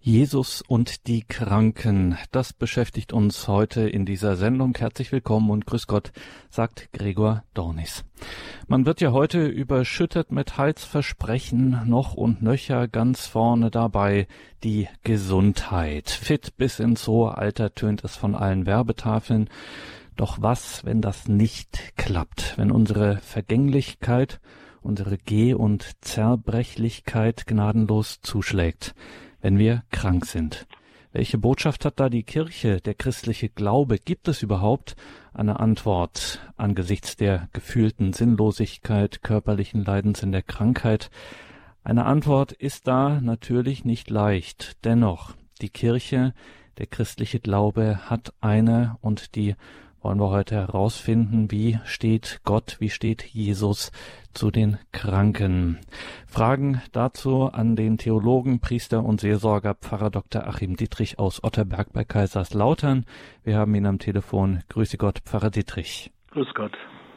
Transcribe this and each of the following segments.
Jesus und die Kranken, das beschäftigt uns heute in dieser Sendung. Herzlich willkommen und grüß Gott, sagt Gregor Dornis. Man wird ja heute überschüttet mit Heilsversprechen, noch und nöcher, ganz vorne dabei die Gesundheit. Fit bis ins hohe Alter tönt es von allen Werbetafeln. Doch was, wenn das nicht klappt, wenn unsere Vergänglichkeit, unsere Geh- und Zerbrechlichkeit gnadenlos zuschlägt, wenn wir krank sind? Welche Botschaft hat da die Kirche, der christliche Glaube? Gibt es überhaupt eine Antwort angesichts der gefühlten Sinnlosigkeit, körperlichen Leidens in der Krankheit? Eine Antwort ist da natürlich nicht leicht. Dennoch, die Kirche, der christliche Glaube hat eine, und die wollen wir heute herausfinden: Wie steht Gott, wie steht Jesus zu den Kranken? Fragen dazu an den Theologen, Priester und Seelsorger Pfarrer Dr. Achim Dittrich aus Otterberg bei Kaiserslautern. Wir haben ihn am Telefon. Grüße Gott, Pfarrer Dittrich. Grüß Gott.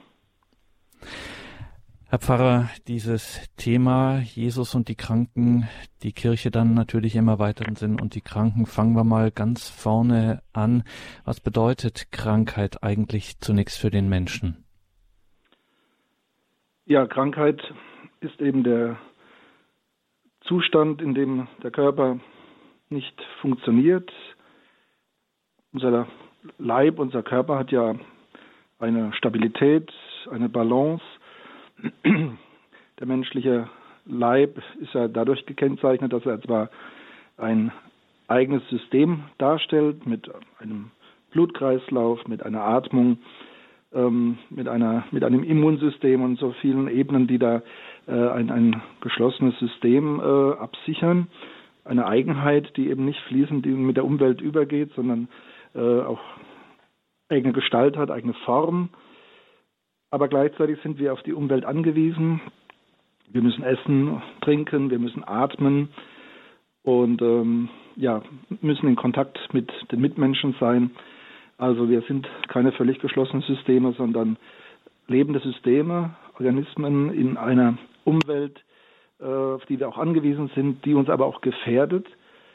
Herr Pfarrer, dieses Thema Jesus und die Kranken, die Kirche dann natürlich im erweiterten Sinn und die Kranken, fangen wir mal ganz vorne an. Was bedeutet Krankheit eigentlich zunächst für den Menschen? Ja, Krankheit ist eben der Zustand, in dem der Körper nicht funktioniert. Unser Leib, unser Körper hat ja eine Stabilität, eine Balance. Der menschliche Leib ist ja dadurch gekennzeichnet, dass er zwar ein eigenes System darstellt, mit einem Blutkreislauf, mit einer Atmung, mit einem Immunsystem und so vielen Ebenen, die da ein geschlossenes System absichern. Eine Eigenheit, die eben nicht fließend mit der Umwelt übergeht, sondern auch eigene Gestalt hat, eigene Form. Aber gleichzeitig sind wir auf die Umwelt angewiesen. Wir müssen essen, trinken, wir müssen atmen und müssen in Kontakt mit den Mitmenschen sein. Also wir sind keine völlig geschlossenen Systeme, sondern lebende Systeme, Organismen in einer Umwelt, auf die wir auch angewiesen sind, die uns aber auch gefährdet.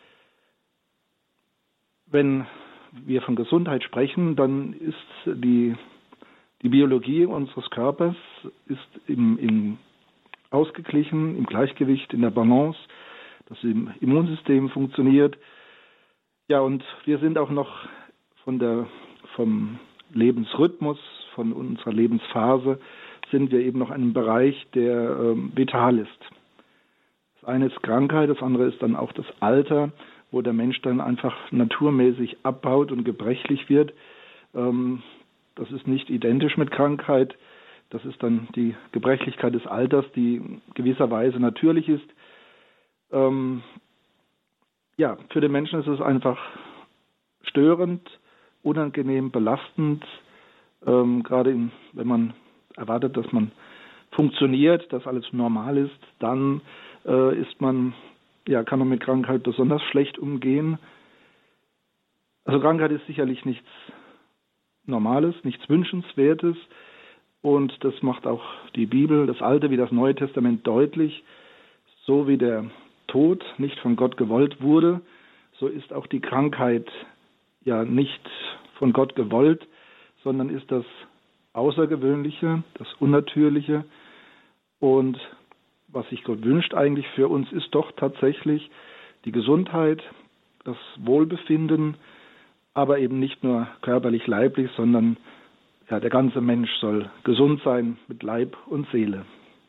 Wenn wir von Gesundheit sprechen, dann ist die Biologie unseres Körpers ist im ausgeglichen, im Gleichgewicht, in der Balance. Das Immunsystem funktioniert. Ja, und wir sind auch noch vom Lebensrhythmus, von unserer Lebensphase, sind wir eben noch in einem Bereich, der vital ist. Das eine ist Krankheit, das andere ist dann auch das Alter, wo der Mensch dann einfach naturmäßig abbaut und gebrechlich wird. Das ist nicht identisch mit Krankheit. Das ist dann die Gebrechlichkeit des Alters, die gewisserweise natürlich ist. Für den Menschen ist es einfach störend, unangenehm, belastend. Gerade wenn man erwartet, dass man funktioniert, dass alles normal ist, dann kann man mit Krankheit besonders schlecht umgehen. Also Krankheit ist sicherlich nichts Normales, nichts Wünschenswertes, und das macht auch die Bibel, das Alte wie das Neue Testament, deutlich. So wie der Tod nicht von Gott gewollt wurde, so ist auch die Krankheit ja nicht von Gott gewollt, sondern ist das Außergewöhnliche, das Unnatürliche. Und was sich Gott wünscht eigentlich für uns, ist doch tatsächlich die Gesundheit, das Wohlbefinden, aber eben nicht nur körperlich, leiblich, sondern der ganze Mensch soll gesund sein mit Leib und Seele.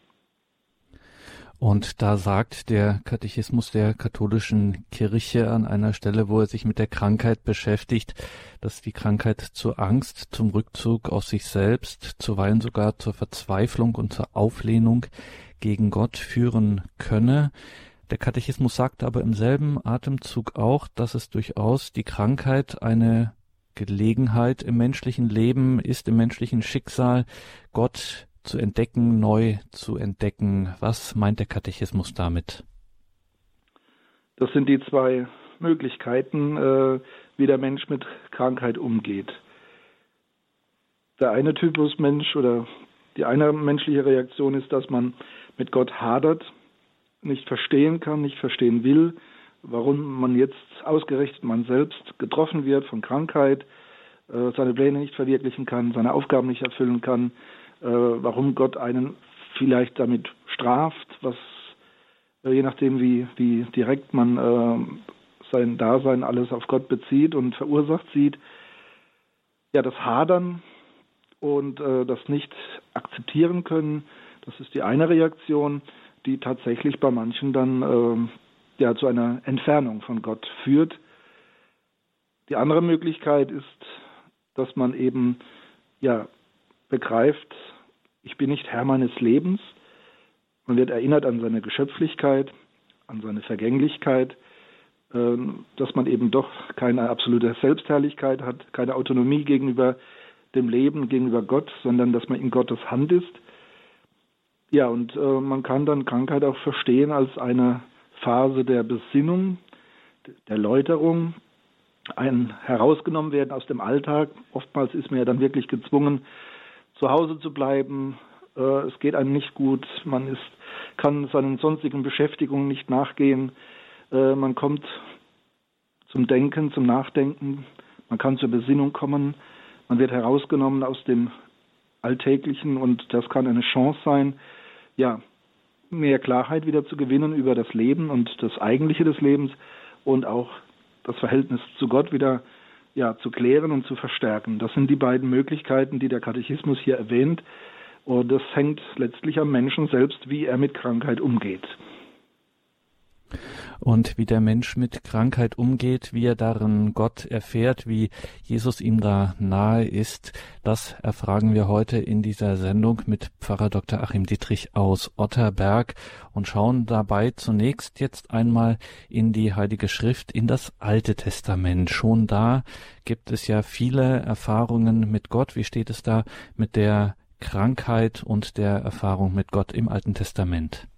Und da sagt der Katechismus der katholischen Kirche an einer Stelle, wo er sich mit der Krankheit beschäftigt, dass die Krankheit zur Angst, zum Rückzug aus sich selbst, zuweilen sogar zur Verzweiflung und zur Auflehnung gegen Gott führen könne. Der Katechismus sagt aber im selben Atemzug auch, dass es durchaus die Krankheit eine Gelegenheit im menschlichen Leben ist, im menschlichen Schicksal, Gott zu entdecken, neu zu entdecken. Was meint der Katechismus damit? Das sind die zwei Möglichkeiten, wie der Mensch mit Krankheit umgeht. Der eine Typus Mensch oder die eine menschliche Reaktion ist, dass man mit Gott hadert, nicht verstehen kann, nicht verstehen will, warum man jetzt ausgerechnet man selbst getroffen wird von Krankheit, seine Pläne nicht verwirklichen kann, seine Aufgaben nicht erfüllen kann, warum Gott einen vielleicht damit straft, was je nachdem wie direkt man sein Dasein alles auf Gott bezieht und verursacht sieht. Ja, das Hadern und das nicht akzeptieren können, das ist die eine Reaktion, die tatsächlich bei manchen dann zu einer Entfernung von Gott führt. Die andere Möglichkeit ist, dass man eben begreift, ich bin nicht Herr meines Lebens. Man wird erinnert an seine Geschöpflichkeit, an seine Vergänglichkeit, dass man eben doch keine absolute Selbstherrlichkeit hat, keine Autonomie gegenüber dem Leben, gegenüber Gott, sondern dass man in Gottes Hand ist. Ja, und man kann dann Krankheit auch verstehen als eine Phase der Besinnung, der Läuterung, ein Herausgenommen werden aus dem Alltag. Oftmals ist man ja dann wirklich gezwungen, zu Hause zu bleiben. Es geht einem nicht gut, man kann seinen sonstigen Beschäftigungen nicht nachgehen. Man kommt zum Denken, zum Nachdenken, man kann zur Besinnung kommen. Man wird herausgenommen aus dem Alltäglichen und das kann eine Chance sein, mehr Klarheit wieder zu gewinnen über das Leben und das Eigentliche des Lebens und auch das Verhältnis zu Gott wieder zu klären und zu verstärken. Das sind die beiden Möglichkeiten, die der Katechismus hier erwähnt. Und das hängt letztlich am Menschen selbst, wie er mit Krankheit umgeht. Und wie der Mensch mit Krankheit umgeht, wie er darin Gott erfährt, wie Jesus ihm da nahe ist, das erfragen wir heute in dieser Sendung mit Pfarrer Dr. Achim Dittrich aus Otterberg und schauen dabei zunächst jetzt einmal in die Heilige Schrift, in das Alte Testament. Schon da gibt es ja viele Erfahrungen mit Gott. Wie steht es da mit der Krankheit und der Erfahrung mit Gott im Alten Testament?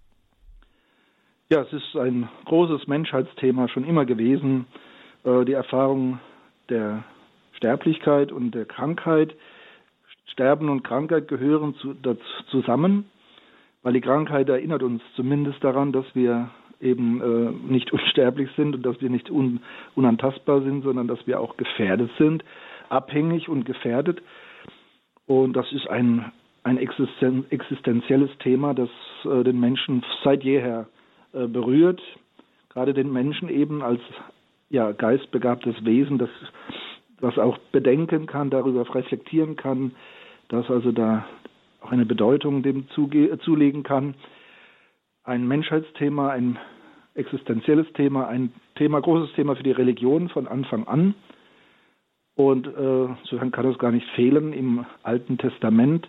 Ja, es ist ein großes Menschheitsthema schon immer gewesen, die Erfahrung der Sterblichkeit und der Krankheit. Sterben und Krankheit gehören zusammen, weil die Krankheit erinnert uns zumindest daran, dass wir eben nicht unsterblich sind und dass wir nicht unantastbar sind, sondern dass wir auch gefährdet sind, abhängig und gefährdet. Und das ist ein existenzielles Thema, das den Menschen seit jeher berührt, gerade den Menschen eben als geistbegabtes Wesen, das auch bedenken kann, darüber reflektieren kann, das also da auch eine Bedeutung dem zulegen kann. Ein Menschheitsthema, ein existenzielles Thema, großes Thema für die Religion von Anfang an. Und insofern kann es gar nicht fehlen im Alten Testament.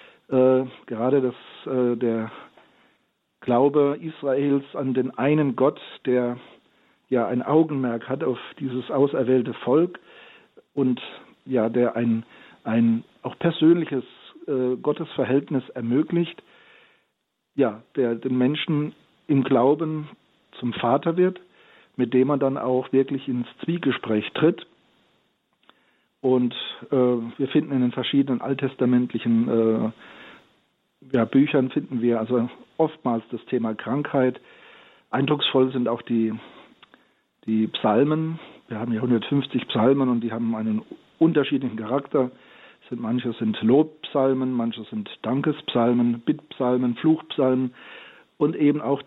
Gerade der Glaube Israels an den einen Gott, der ein Augenmerk hat auf dieses auserwählte Volk und der ein auch persönliches Gottesverhältnis ermöglicht, der den Menschen im Glauben zum Vater wird, mit dem man dann auch wirklich ins Zwiegespräch tritt. Und wir finden in den verschiedenen alttestamentlichen Büchern finden wir also oftmals das Thema Krankheit. Eindrucksvoll sind auch die Psalmen. Wir haben hier 150 Psalmen und die haben einen unterschiedlichen Charakter. Manche sind Lobpsalmen, manche sind Dankespsalmen, Bittpsalmen, Fluchpsalmen und eben auch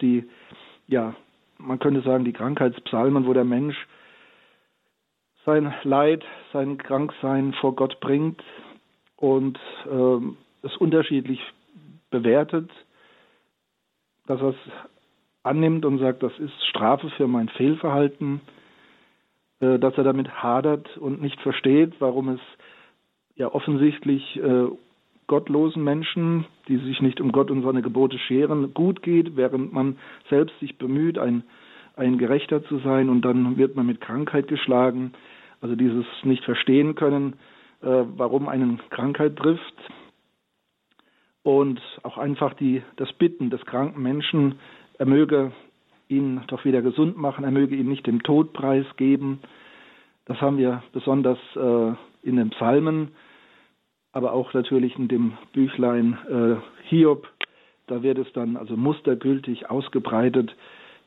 man könnte sagen, die Krankheitspsalmen, wo der Mensch sein Leid, sein Kranksein vor Gott bringt und es unterschiedlich bewertet, dass er es annimmt und sagt, das ist Strafe für mein Fehlverhalten, dass er damit hadert und nicht versteht, warum es offensichtlich gottlosen Menschen, die sich nicht um Gott und seine Gebote scheren, gut geht, während man selbst sich bemüht, ein Gerechter zu sein, und dann wird man mit Krankheit geschlagen. Also dieses nicht verstehen können, warum einen Krankheit trifft. Und auch einfach das Bitten des kranken Menschen, er möge ihn doch wieder gesund machen, er möge ihn nicht dem Tod preisgeben. Das haben wir besonders in den Psalmen, aber auch natürlich in dem Büchlein Hiob. Da wird es dann also mustergültig ausgebreitet,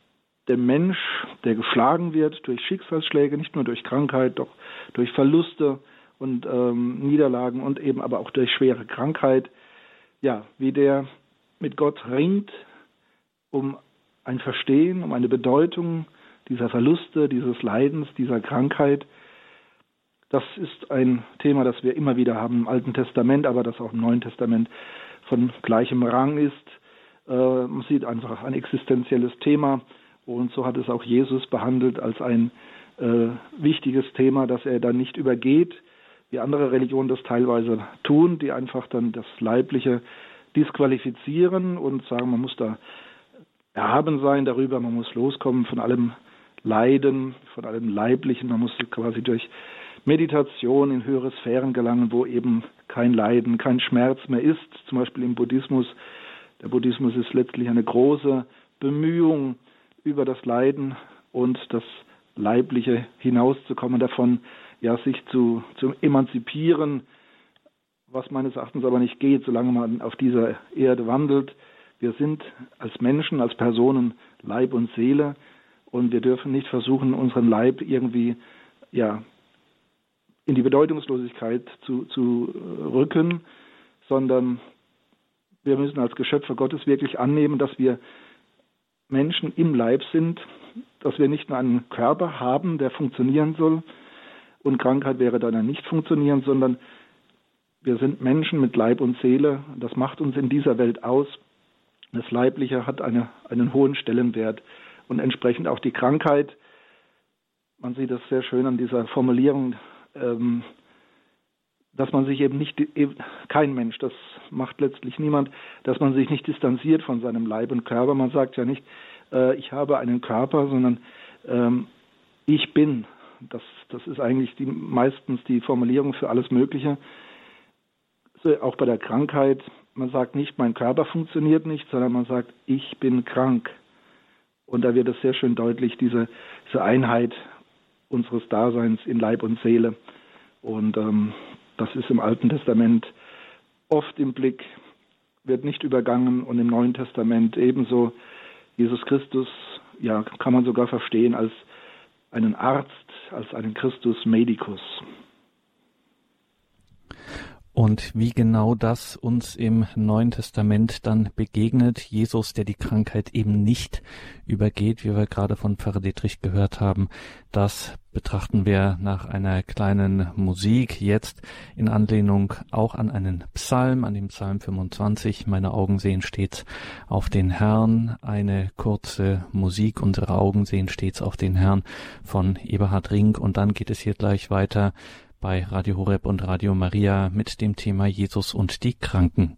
der Mensch, der geschlagen wird durch Schicksalsschläge, nicht nur durch Krankheit, doch durch Verluste und Niederlagen und eben aber auch durch schwere Krankheit, ja, wie der mit Gott ringt, um ein Verstehen, um eine Bedeutung dieser Verluste, dieses Leidens, dieser Krankheit. Das ist ein Thema, das wir immer wieder haben im Alten Testament, aber das auch im Neuen Testament von gleichem Rang ist. Man sieht einfach ein existenzielles Thema und so hat es auch Jesus behandelt als ein wichtiges Thema, das er dann nicht übergeht, wie andere Religionen das teilweise tun, die einfach dann das Leibliche disqualifizieren und sagen, man muss da erhaben sein darüber, man muss loskommen von allem Leiden, von allem Leiblichen, man muss quasi durch Meditation in höhere Sphären gelangen, wo eben kein Leiden, kein Schmerz mehr ist, zum Beispiel im Buddhismus. Der Buddhismus ist letztlich eine große Bemühung, über das Leiden und das Leibliche hinauszukommen, davon ja sich zu emanzipieren, was meines Erachtens aber nicht geht, solange man auf dieser Erde wandelt. Wir sind als Menschen, als Personen Leib und Seele und wir dürfen nicht versuchen, unseren Leib irgendwie ja in die Bedeutungslosigkeit zu rücken, sondern wir müssen als Geschöpfe Gottes wirklich annehmen, dass wir Menschen im Leib sind, dass wir nicht nur einen Körper haben, der funktionieren soll und Krankheit wäre dann ein nicht funktionieren, sondern wir sind Menschen mit Leib und Seele. Das macht uns in dieser Welt aus. Das Leibliche hat einen hohen Stellenwert und entsprechend auch die Krankheit. Man sieht das sehr schön an dieser Formulierung, dass man sich eben nicht, kein Mensch, das macht letztlich niemand, dass man sich nicht distanziert von seinem Leib und Körper. Man sagt ja nicht, ich habe einen Körper, sondern ich bin. Das ist eigentlich meistens die Formulierung für alles Mögliche. So, auch bei der Krankheit, man sagt nicht, mein Körper funktioniert nicht, sondern man sagt, ich bin krank. Und da wird es sehr schön deutlich, diese Einheit unseres Daseins in Leib und Seele. Und das ist im Alten Testament oft im Blick, wird nicht übergangen und im Neuen Testament ebenso. Jesus Christus, ja, kann man sogar verstehen als einen Arzt, als einen Christus Medicus. Und wie genau das uns im Neuen Testament dann begegnet, Jesus, der die Krankheit eben nicht übergeht, wie wir gerade von Pfarrer Dietrich gehört haben, das betrachten wir nach einer kleinen Musik, jetzt in Anlehnung auch an einen Psalm, an den Psalm 25, meine Augen sehen stets auf den Herrn, eine kurze Musik, unsere Augen sehen stets auf den Herrn von Eberhard Rink und dann geht es hier gleich weiter bei Radio Horeb und Radio Maria mit dem Thema Jesus und die Kranken.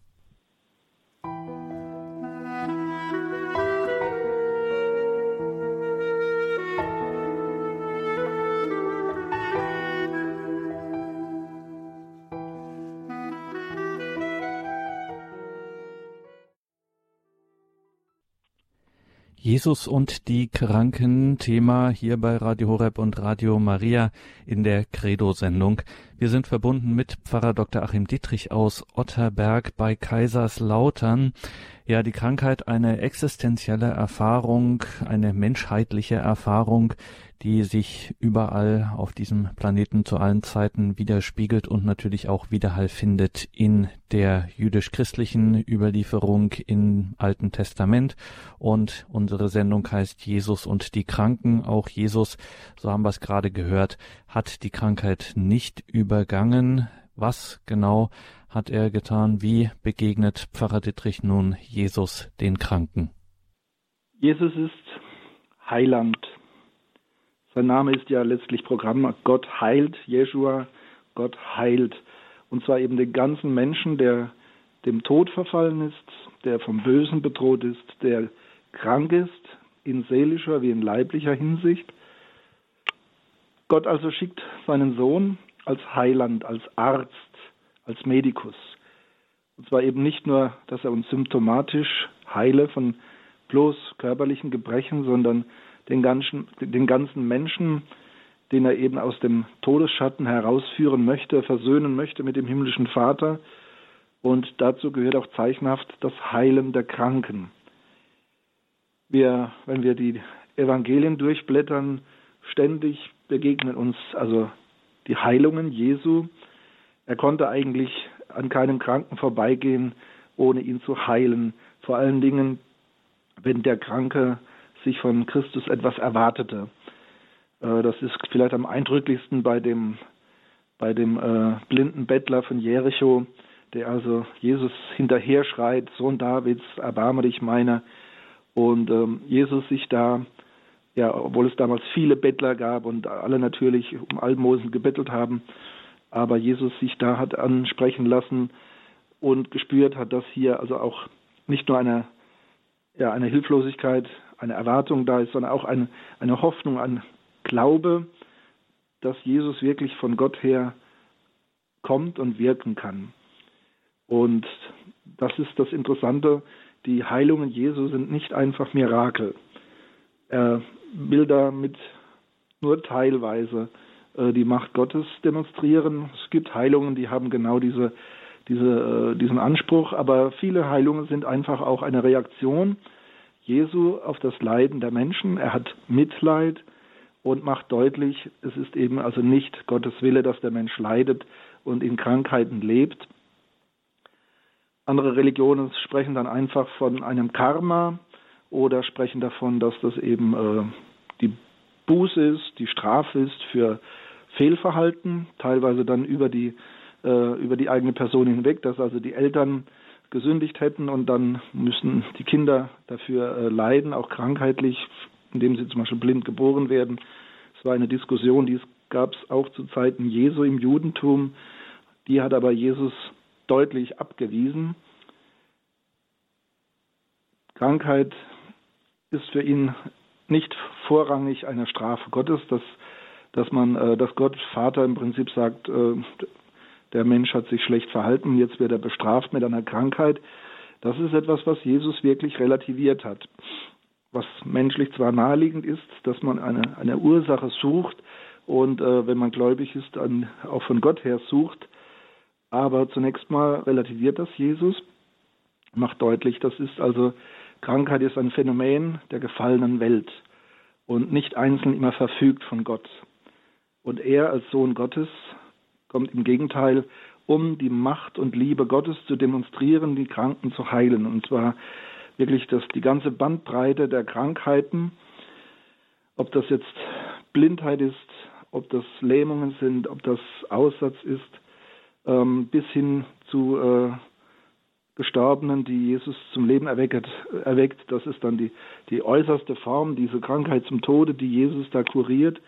Jesus und die Kranken, Thema hier bei Radio Horeb und Radio Maria in der Credo-Sendung. Wir sind verbunden mit Pfarrer Dr. Achim Dietrich aus Otterberg bei Kaiserslautern. Ja, die Krankheit, eine existenzielle Erfahrung, eine menschheitliche Erfahrung, die sich überall auf diesem Planeten zu allen Zeiten widerspiegelt und natürlich auch Widerhall findet in der jüdisch-christlichen Überlieferung im Alten Testament. Und unsere Sendung heißt Jesus und die Kranken. Auch Jesus, so haben wir es gerade gehört, hat die Krankheit nicht übergangen. Was genau hat er getan? Wie begegnet Pfarrer Dietrich nun Jesus den Kranken? Jesus ist Heiland. Sein Name ist ja letztlich Programm. Gott heilt, Jeschua, Gott heilt. Und zwar eben den ganzen Menschen, der dem Tod verfallen ist, der vom Bösen bedroht ist, der krank ist, in seelischer wie in leiblicher Hinsicht. Gott also schickt seinen Sohn als Heiland, als Arzt, als Medikus. Und zwar eben nicht nur, dass er uns symptomatisch heile von bloß körperlichen Gebrechen, sondern den ganzen Menschen, den er eben aus dem Todesschatten herausführen möchte, versöhnen möchte mit dem himmlischen Vater. Und dazu gehört auch zeichenhaft das Heilen der Kranken. Wenn wir die Evangelien durchblättern, ständig begegnen uns also die Heilungen Jesu. Er konnte eigentlich an keinem Kranken vorbeigehen, ohne ihn zu heilen. Vor allen Dingen, wenn der Kranke sich von Christus etwas erwartete. Das ist vielleicht am eindrücklichsten bei dem blinden Bettler von Jericho, der also Jesus hinterher schreit: Sohn Davids, erbarme dich meiner. Und Jesus sich da, ja, obwohl es damals viele Bettler gab und alle natürlich um Almosen gebettelt haben, aber Jesus sich da hat ansprechen lassen und gespürt hat, dass hier also auch nicht nur eine Hilflosigkeit, eine Erwartung da ist, sondern auch eine Hoffnung, ein Glaube, dass Jesus wirklich von Gott her kommt und wirken kann. Und das ist das Interessante, die Heilungen Jesu sind nicht einfach Mirakel. Er will damit nur teilweise die Macht Gottes demonstrieren. Es gibt Heilungen, die haben genau diesen Anspruch, aber viele Heilungen sind einfach auch eine Reaktion Jesu auf das Leiden der Menschen. Er hat Mitleid und macht deutlich, es ist eben also nicht Gottes Wille, dass der Mensch leidet und in Krankheiten lebt. Andere Religionen sprechen dann einfach von einem Karma oder sprechen davon, dass das eben die Buße ist, die Strafe ist für Fehlverhalten, teilweise dann über die eigene Person hinweg, dass also die Eltern gesündigt hätten und dann müssen die Kinder dafür leiden, auch krankheitlich, indem sie zum Beispiel blind geboren werden. Es war eine Diskussion, die gab es auch zu Zeiten Jesu im Judentum. Die hat aber Jesus deutlich abgewiesen. Krankheit ist für ihn nicht vorrangig eine Strafe Gottes, dass Gott Vater im Prinzip sagt, der Mensch hat sich schlecht verhalten, jetzt wird er bestraft mit einer Krankheit. Das ist etwas, was Jesus wirklich relativiert hat. Was menschlich zwar naheliegend ist, dass man eine Ursache sucht und wenn man gläubig ist, auch von Gott her sucht, aber zunächst mal relativiert das Jesus, macht deutlich, Krankheit ist ein Phänomen der gefallenen Welt und nicht einzeln immer verfügt von Gott. Und er als Sohn Gottes kommt im Gegenteil, um die Macht und Liebe Gottes zu demonstrieren, die Kranken zu heilen. Und zwar wirklich die ganze Bandbreite der Krankheiten, ob das jetzt Blindheit ist, ob das Lähmungen sind, ob das Aussatz ist, bis hin zu Gestorbenen, die Jesus zum Leben erweckt. Das ist dann die äußerste Form, diese Krankheit zum Tode, die Jesus da kuriert.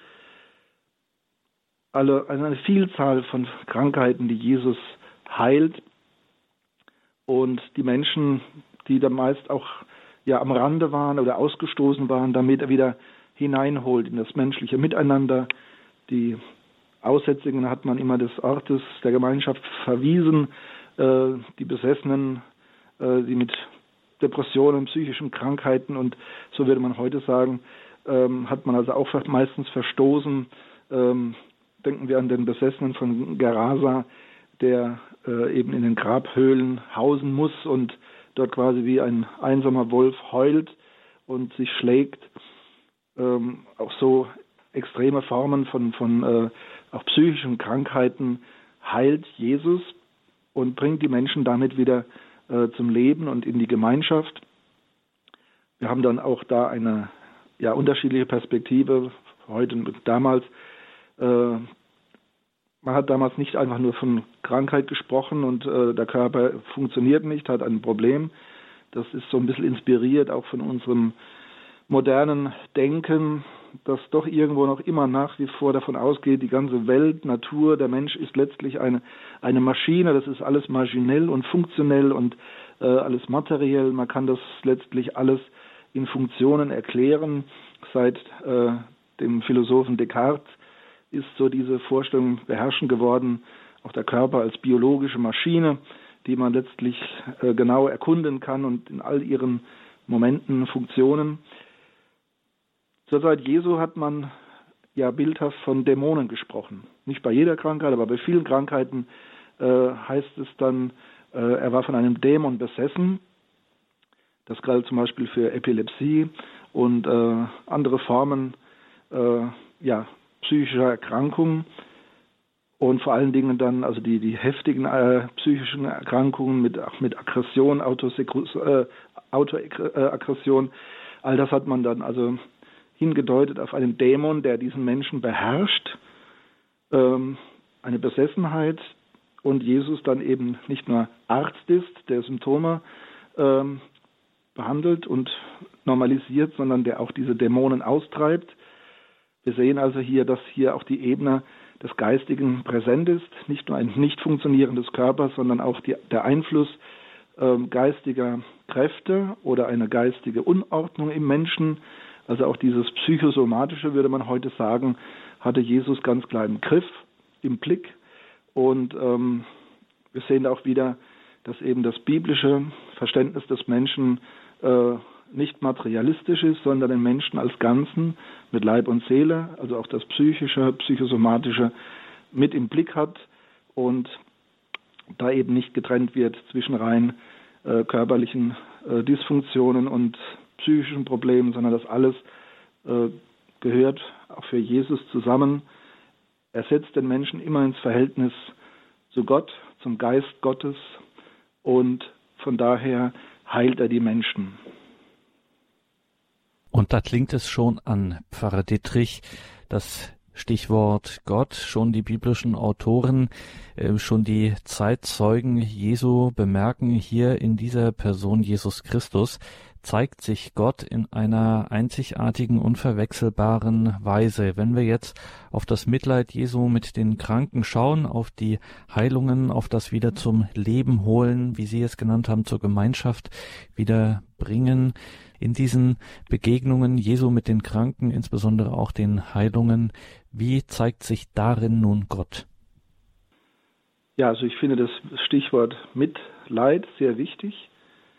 Eine Vielzahl von Krankheiten, die Jesus heilt und die Menschen, die da meist auch am Rande waren oder ausgestoßen waren, damit er wieder hineinholt in das menschliche Miteinander. Die Aussätzigen hat man immer des Ortes der Gemeinschaft verwiesen, die Besessenen, die mit Depressionen, psychischen Krankheiten und so würde man heute sagen, hat man also auch meistens verstoßen. Denken wir an den Besessenen von Gerasa, der eben in den Grabhöhlen hausen muss und dort quasi wie ein einsamer Wolf heult und sich schlägt. Auch so extreme Formen von auch psychischen Krankheiten heilt Jesus und bringt die Menschen damit wieder zum Leben und in die Gemeinschaft. Wir haben dann auch da eine unterschiedliche Perspektive, heute und damals. Man hat damals nicht einfach nur von Krankheit gesprochen und der Körper funktioniert nicht, hat ein Problem. Das ist so ein bisschen inspiriert auch von unserem modernen Denken, das doch irgendwo noch immer nach wie vor davon ausgeht, die ganze Welt, Natur, der Mensch ist letztlich eine Maschine, das ist alles maschinell und funktionell und alles materiell. Man kann das letztlich alles in Funktionen erklären. Seit dem Philosophen Descartes ist so diese Vorstellung beherrschend geworden, auch der Körper als biologische Maschine, die man letztlich genau erkunden kann und in all ihren Momenten, Funktionen. Zur Zeit Jesu hat man bildhaft von Dämonen gesprochen. Nicht bei jeder Krankheit, aber bei vielen Krankheiten heißt es dann, er war von einem Dämon besessen. Das galt zum Beispiel für Epilepsie und andere Formen psychischer Erkrankungen. Und vor allen Dingen dann also die heftigen psychischen Erkrankungen mit Aggression, Autoaggression, all das hat man dann also hingedeutet auf einen Dämon, der diesen Menschen beherrscht, eine Besessenheit, und Jesus dann eben nicht nur Arzt ist, der Symptome behandelt und normalisiert, sondern der auch diese Dämonen austreibt. Wir sehen also hier, dass hier auch die Ebene des Geistigen präsent ist, nicht nur ein nicht funktionierendes Körpers, sondern auch der Einfluss geistiger Kräfte oder eine geistige Unordnung im Menschen, also auch dieses Psychosomatische, würde man heute sagen, hatte Jesus ganz klar im Griff, im Blick. Und wir sehen auch wieder, dass eben das biblische Verständnis des Menschen nicht materialistisch ist, sondern den Menschen als Ganzen mit Leib und Seele, also auch das Psychische, Psychosomatische mit im Blick hat und da eben nicht getrennt wird zwischen rein körperlichen Dysfunktionen und psychischen Problemen, sondern das alles gehört auch für Jesus zusammen. Er setzt den Menschen immer ins Verhältnis zu Gott, zum Geist Gottes, und von daher heilt er die Menschen. Und da klingt es schon an, Pfarrer Dittrich, das Stichwort Gott, schon die biblischen Autoren, schon die Zeitzeugen Jesu bemerken, hier in dieser Person Jesus Christus zeigt sich Gott in einer einzigartigen, unverwechselbaren Weise. Wenn wir jetzt auf das Mitleid Jesu mit den Kranken schauen, auf die Heilungen, auf das wieder zum Leben holen, wie Sie es genannt haben, zur Gemeinschaft wieder bringen, in diesen Begegnungen Jesu mit den Kranken, insbesondere auch den Heilungen, wie zeigt sich darin nun Gott? Ja, also ich finde das Stichwort Mitleid sehr wichtig.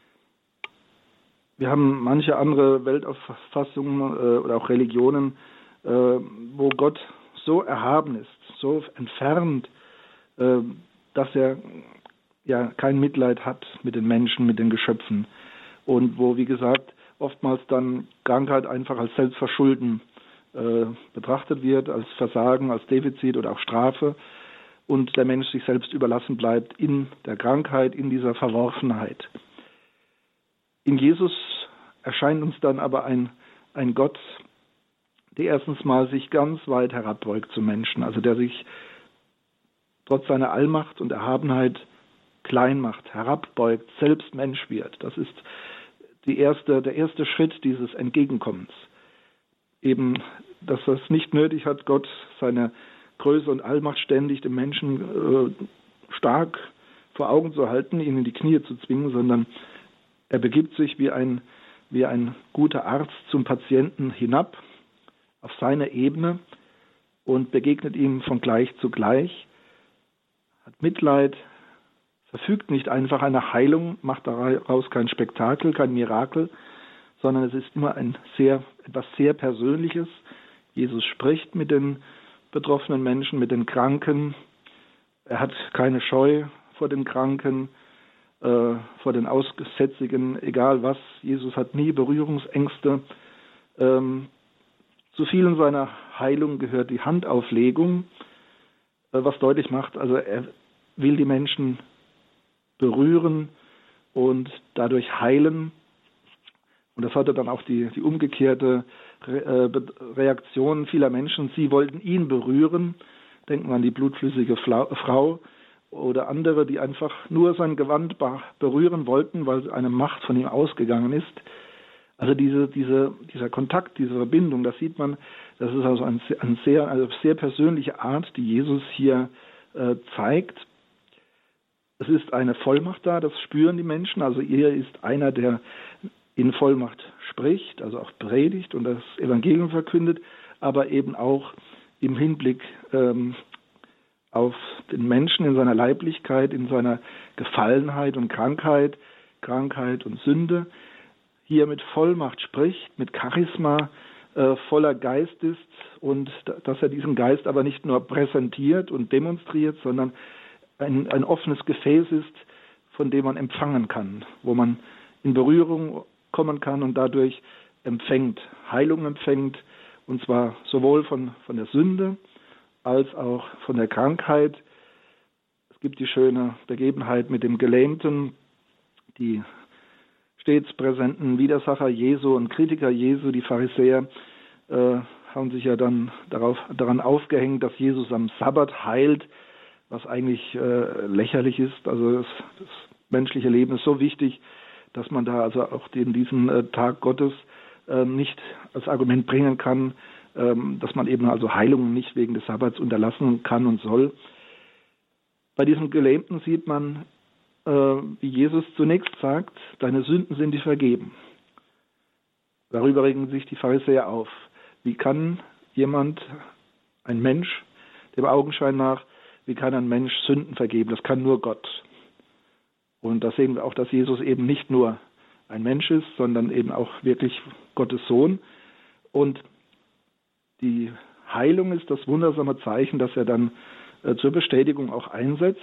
Wir haben manche andere Weltauffassungen oder auch Religionen, wo Gott so erhaben ist, so entfernt, dass er ja kein Mitleid hat mit den Menschen, mit den Geschöpfen. Und wo, wie gesagt, oftmals dann Krankheit einfach als Selbstverschulden betrachtet wird, als Versagen, als Defizit oder auch Strafe, und der Mensch sich selbst überlassen bleibt in der Krankheit, in dieser Verworfenheit. In Jesus erscheint uns dann aber ein Gott, der erstens mal sich ganz weit herabbeugt zum Menschen, also der sich trotz seiner Allmacht und Erhabenheit klein macht, herabbeugt, selbst Mensch wird. Das ist der erste Schritt dieses Entgegenkommens. Eben, dass es nicht nötig hat, Gott seine Größe und Allmacht ständig dem Menschen stark vor Augen zu halten, ihn in die Knie zu zwingen, sondern er begibt sich wie ein guter Arzt zum Patienten hinab auf seine Ebene und begegnet ihm von gleich zu gleich, hat Mitleid, verfügt nicht einfach eine Heilung, macht daraus kein Spektakel, kein Mirakel, sondern es ist immer etwas sehr Persönliches. Jesus spricht mit den betroffenen Menschen, mit den Kranken. Er hat keine Scheu vor den Kranken, vor den Aussätzigen, egal was. Jesus hat nie Berührungsängste. Zu vielen seiner Heilung gehört die Handauflegung, was deutlich macht, also er will die Menschen berühren und dadurch heilen. Und das hatte dann auch die umgekehrte Reaktion vieler Menschen. Sie wollten ihn berühren. Denken wir an die blutflüssige Frau oder andere, die einfach nur sein Gewand berühren wollten, weil eine Macht von ihm ausgegangen ist. Also dieser Kontakt, diese Verbindung, das sieht man, das ist also eine sehr persönliche Art, die Jesus hier zeigt. Es ist eine Vollmacht da, das spüren die Menschen. Also er ist einer, der in Vollmacht spricht, also auch predigt und das Evangelium verkündet, aber eben auch im Hinblick auf den Menschen in seiner Leiblichkeit, in seiner Gefallenheit und Krankheit und Sünde, hier mit Vollmacht spricht, mit Charisma, voller Geist ist, und dass er diesen Geist aber nicht nur präsentiert und demonstriert, sondern ein offenes Gefäß ist, von dem man empfangen kann, wo man in Berührung kommen kann und dadurch empfängt, Heilung empfängt, und zwar sowohl von der Sünde als auch von der Krankheit. Es gibt die schöne Begebenheit mit dem Gelähmten, die stets präsenten Widersacher Jesu und Kritiker Jesu, die Pharisäer, haben sich ja dann daran aufgehängt, dass Jesus am Sabbat heilt, was eigentlich lächerlich ist. Also das menschliche Leben ist so wichtig, dass man da also auch diesen Tag Gottes nicht als Argument bringen kann, dass man eben also Heilungen nicht wegen des Sabbats unterlassen kann und soll. Bei diesem Gelähmten sieht man, wie Jesus zunächst sagt, deine Sünden sind dir vergeben. Darüber regen sich die Pharisäer auf. Wie kann ein Mensch, dem Augenschein nach, wie kann ein Mensch Sünden vergeben? Das kann nur Gott. Und da sehen wir auch, dass Jesus eben nicht nur ein Mensch ist, sondern eben auch wirklich Gottes Sohn. Und die Heilung ist das wundersame Zeichen, das er dann zur Bestätigung auch einsetzt.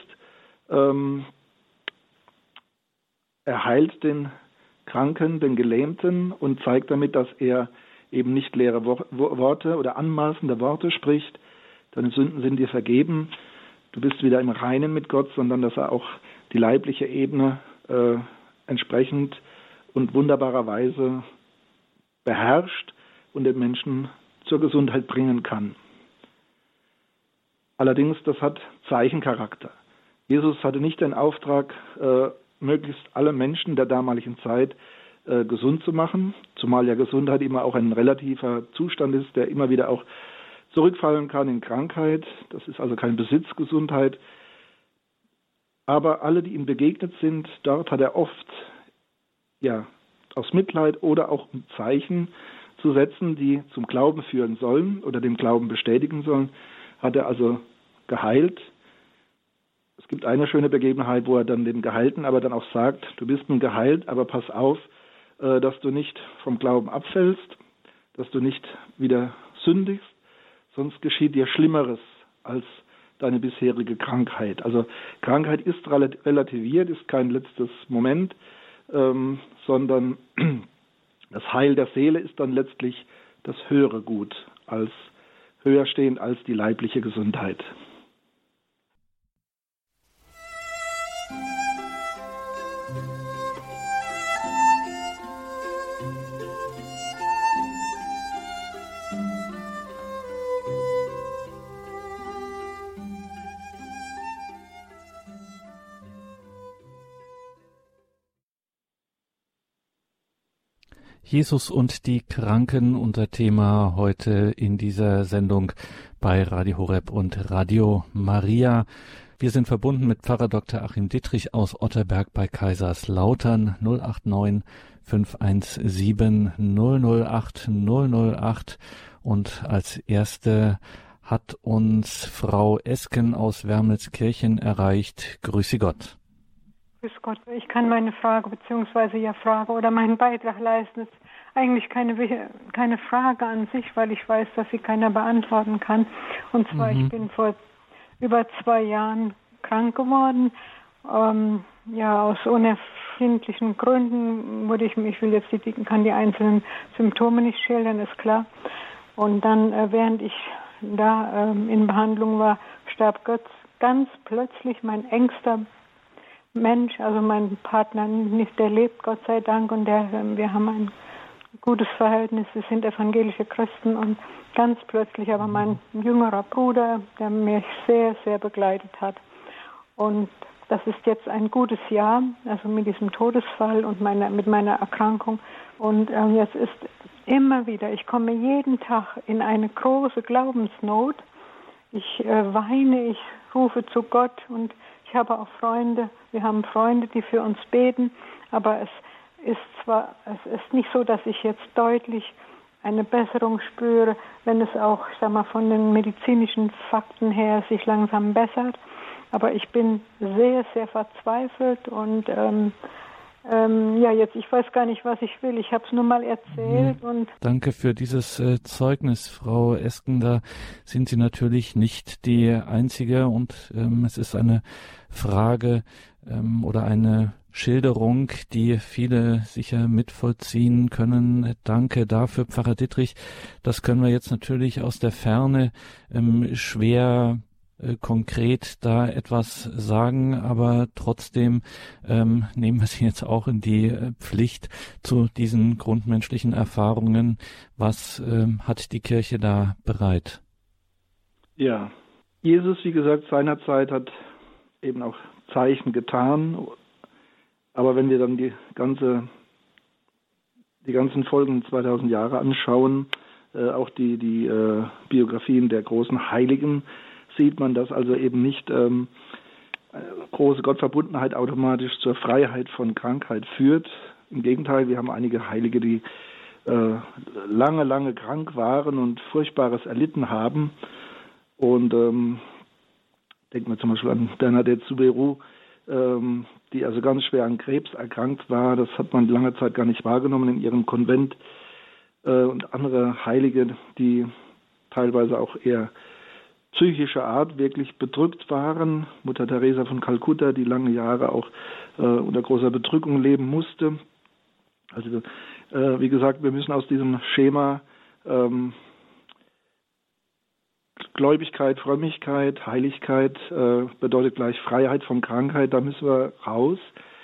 Er heilt den Kranken, den Gelähmten und zeigt damit, dass er eben nicht leere Worte oder anmaßende Worte spricht. Deine Sünden sind dir vergeben. Du bist wieder im Reinen mit Gott, sondern dass er auch die leibliche Ebene entsprechend und wunderbarerweise beherrscht und den Menschen zur Gesundheit bringen kann. Allerdings, das hat Zeichencharakter. Jesus hatte nicht den Auftrag, möglichst alle Menschen der damaligen Zeit gesund zu machen, zumal ja Gesundheit immer auch ein relativer Zustand ist, der immer wieder auch zurückfallen kann in Krankheit. Das ist also keine Besitzgesundheit. Aber alle, die ihm begegnet sind, dort hat er oft aus Mitleid oder auch um Zeichen zu setzen, die zum Glauben führen sollen oder den Glauben bestätigen sollen, hat er also geheilt. Es gibt eine schöne Begebenheit, wo er dann dem Geheilten aber dann auch sagt, du bist nun geheilt, aber pass auf, dass du nicht vom Glauben abfällst, dass du nicht wieder sündigst, sonst geschieht dir Schlimmeres als deine bisherige Krankheit. Also Krankheit ist relativiert, ist kein letztes Moment, sondern das Heil der Seele ist dann letztlich das höhere Gut, als höher stehend als die leibliche Gesundheit. Jesus und die Kranken, unser Thema heute in dieser Sendung bei Radio Horeb und Radio Maria. Wir sind verbunden mit Pfarrer Dr. Achim Dittrich aus Otterberg bei Kaiserslautern 089 517 008 008. Und als erste hat uns Frau Esken aus Wermelskirchen erreicht. Grüße Gott. Grüß Gott, ich kann meine Frage oder meinen Beitrag leisten. Es ist eigentlich keine Frage an sich, weil ich weiß, dass sie keiner beantworten kann. Und zwar, ich bin vor über 2 Jahren krank geworden. Aus unerfindlichen Gründen kann die einzelnen Symptome nicht schildern, ist klar. Und dann, während ich da in Behandlung war, starb ganz plötzlich mein engster Mensch, also mein Partner, der lebt, Gott sei Dank, und wir haben ein gutes Verhältnis, wir sind evangelische Christen, und ganz plötzlich aber mein jüngerer Bruder, der mich sehr, sehr begleitet hat. Und das ist jetzt ein gutes Jahr, also mit diesem Todesfall und mit meiner Erkrankung. Und jetzt ist immer wieder, ich komme jeden Tag in eine große Glaubensnot. Ich weine, ich rufe zu Gott, und ich habe auch Freunde, wir haben Freunde, die für uns beten, aber es ist nicht so, dass ich jetzt deutlich eine Besserung spüre, wenn es auch, von den medizinischen Fakten her sich langsam bessert. Aber ich bin sehr, sehr verzweifelt und ich weiß gar nicht, was ich will. Ich habe es nur mal erzählt. Und danke für dieses Zeugnis, Frau Esken. Da sind Sie natürlich nicht die Einzige, und es ist eine Frage oder eine Schilderung, die viele sicher mitvollziehen können. Danke dafür, Pfarrer Dittrich. Das können wir jetzt natürlich aus der Ferne schwer konkret da etwas sagen, aber trotzdem nehmen wir Sie jetzt auch in die Pflicht zu diesen grundmenschlichen Erfahrungen. Was hat die Kirche da bereit? Ja, Jesus, wie gesagt, seinerzeit hat eben auch Zeichen getan, aber wenn wir dann die ganzen folgenden 2000 Jahre anschauen, auch die Biografien der großen Heiligen, sieht man, dass also eben nicht große Gottverbundenheit automatisch zur Freiheit von Krankheit führt. Im Gegenteil, wir haben einige Heilige, die lange, lange krank waren und Furchtbares erlitten haben. Und denken wir zum Beispiel an Bernadette Soubirous, die also ganz schwer an Krebs erkrankt war. Das hat man lange Zeit gar nicht wahrgenommen in ihrem Konvent. Und andere Heilige, die teilweise auch eher psychischer Art wirklich bedrückt waren. Mutter Teresa von Kalkutta, die lange Jahre auch unter großer Bedrückung leben musste. Also wie gesagt, wir müssen aus diesem Schema Gläubigkeit, Frömmigkeit, Heiligkeit bedeutet gleich Freiheit von Krankheit, da müssen wir raus.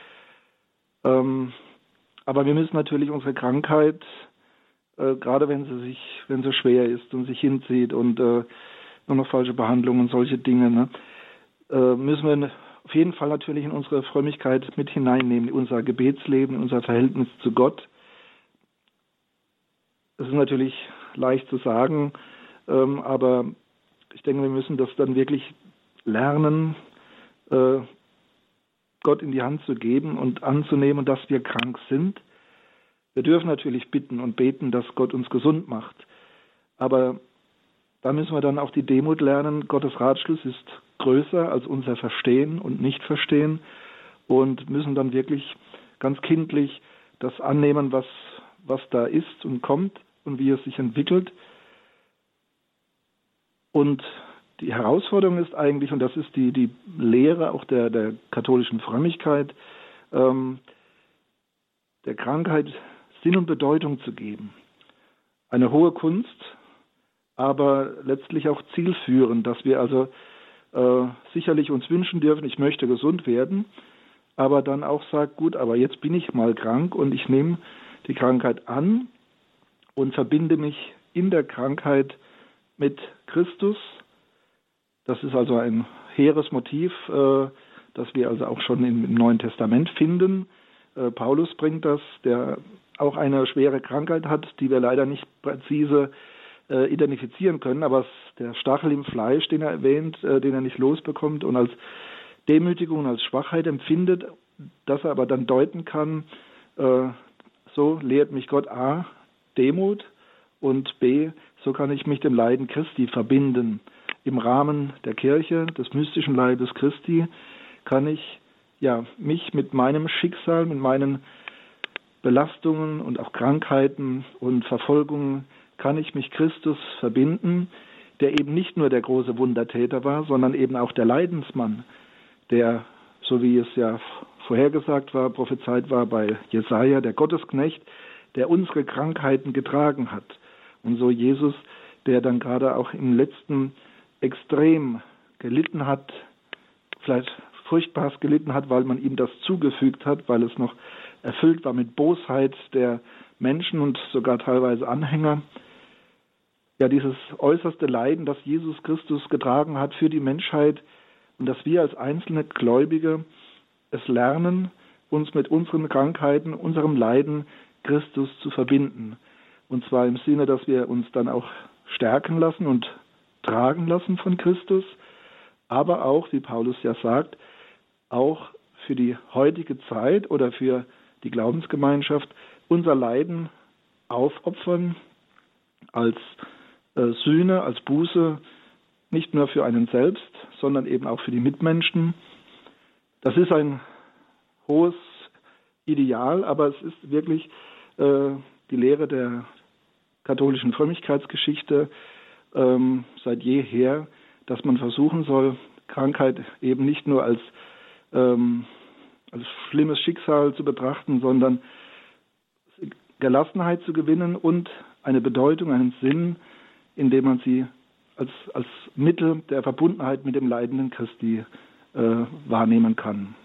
Aber wir müssen natürlich unsere Krankheit, gerade wenn sie schwer ist und sich hinzieht und nur noch falsche Behandlungen und solche Dinge, ne, müssen wir auf jeden Fall natürlich in unsere Frömmigkeit mit hineinnehmen, in unser Gebetsleben, in unser Verhältnis zu Gott. Das ist natürlich leicht zu sagen, aber ich denke, wir müssen das dann wirklich lernen, Gott in die Hand zu geben und anzunehmen, dass wir krank sind. Wir dürfen natürlich bitten und beten, dass Gott uns gesund macht. Aber da müssen wir dann auch die Demut lernen. Gottes Ratschluss ist größer als unser Verstehen und Nichtverstehen und müssen dann wirklich ganz kindlich das annehmen, was da ist und kommt und wie es sich entwickelt. Und die Herausforderung ist eigentlich, und das ist die Lehre auch der katholischen Frömmigkeit, der Krankheit Sinn und Bedeutung zu geben. Eine hohe Kunst, aber letztlich auch zielführend, dass wir also sicherlich uns wünschen dürfen, ich möchte gesund werden, aber dann auch sagt, gut, aber jetzt bin ich mal krank und ich nehme die Krankheit an und verbinde mich in der Krankheit mit Christus. Das ist also ein hehres Motiv, das wir also auch schon im Neuen Testament finden. Paulus bringt das, der auch eine schwere Krankheit hat, die wir leider nicht präzise identifizieren können, aber der Stachel im Fleisch, den er erwähnt, den er nicht losbekommt und als Demütigung und als Schwachheit empfindet, dass er aber dann deuten kann, so lehrt mich Gott A, Demut, und B, so kann ich mich dem Leiden Christi verbinden. Im Rahmen der Kirche, des mystischen Leibes Christi, kann ich mich mit meinem Schicksal, mit meinen Belastungen und auch Krankheiten und Verfolgungen, kann ich mich Christus verbinden, der eben nicht nur der große Wundertäter war, sondern eben auch der Leidensmann, der, so wie es ja vorhergesagt war, prophezeit war bei Jesaja, der Gottesknecht, der unsere Krankheiten getragen hat. Und so Jesus, der dann gerade auch im letzten extrem gelitten hat, vielleicht furchtbarst gelitten hat, weil man ihm das zugefügt hat, weil es noch erfüllt war mit Bosheit der Menschen und sogar teilweise Anhänger. Ja, dieses äußerste Leiden, das Jesus Christus getragen hat für die Menschheit und dass wir als einzelne Gläubige es lernen, uns mit unseren Krankheiten, unserem Leiden Christus zu verbinden. Und zwar im Sinne, dass wir uns dann auch stärken lassen und tragen lassen von Christus, aber auch, wie Paulus ja sagt, auch für die heutige Zeit oder für die Glaubensgemeinschaft unser Leiden aufopfern als Sühne, als Buße, nicht nur für einen selbst, sondern eben auch für die Mitmenschen. Das ist ein hohes Ideal, aber es ist wirklich die Lehre der katholischen Frömmigkeitsgeschichte seit jeher, dass man versuchen soll, Krankheit eben nicht nur als als schlimmes Schicksal zu betrachten, sondern Gelassenheit zu gewinnen und eine Bedeutung, einen Sinn, indem man sie als Mittel der Verbundenheit mit dem leidenden Christi wahrnehmen kann.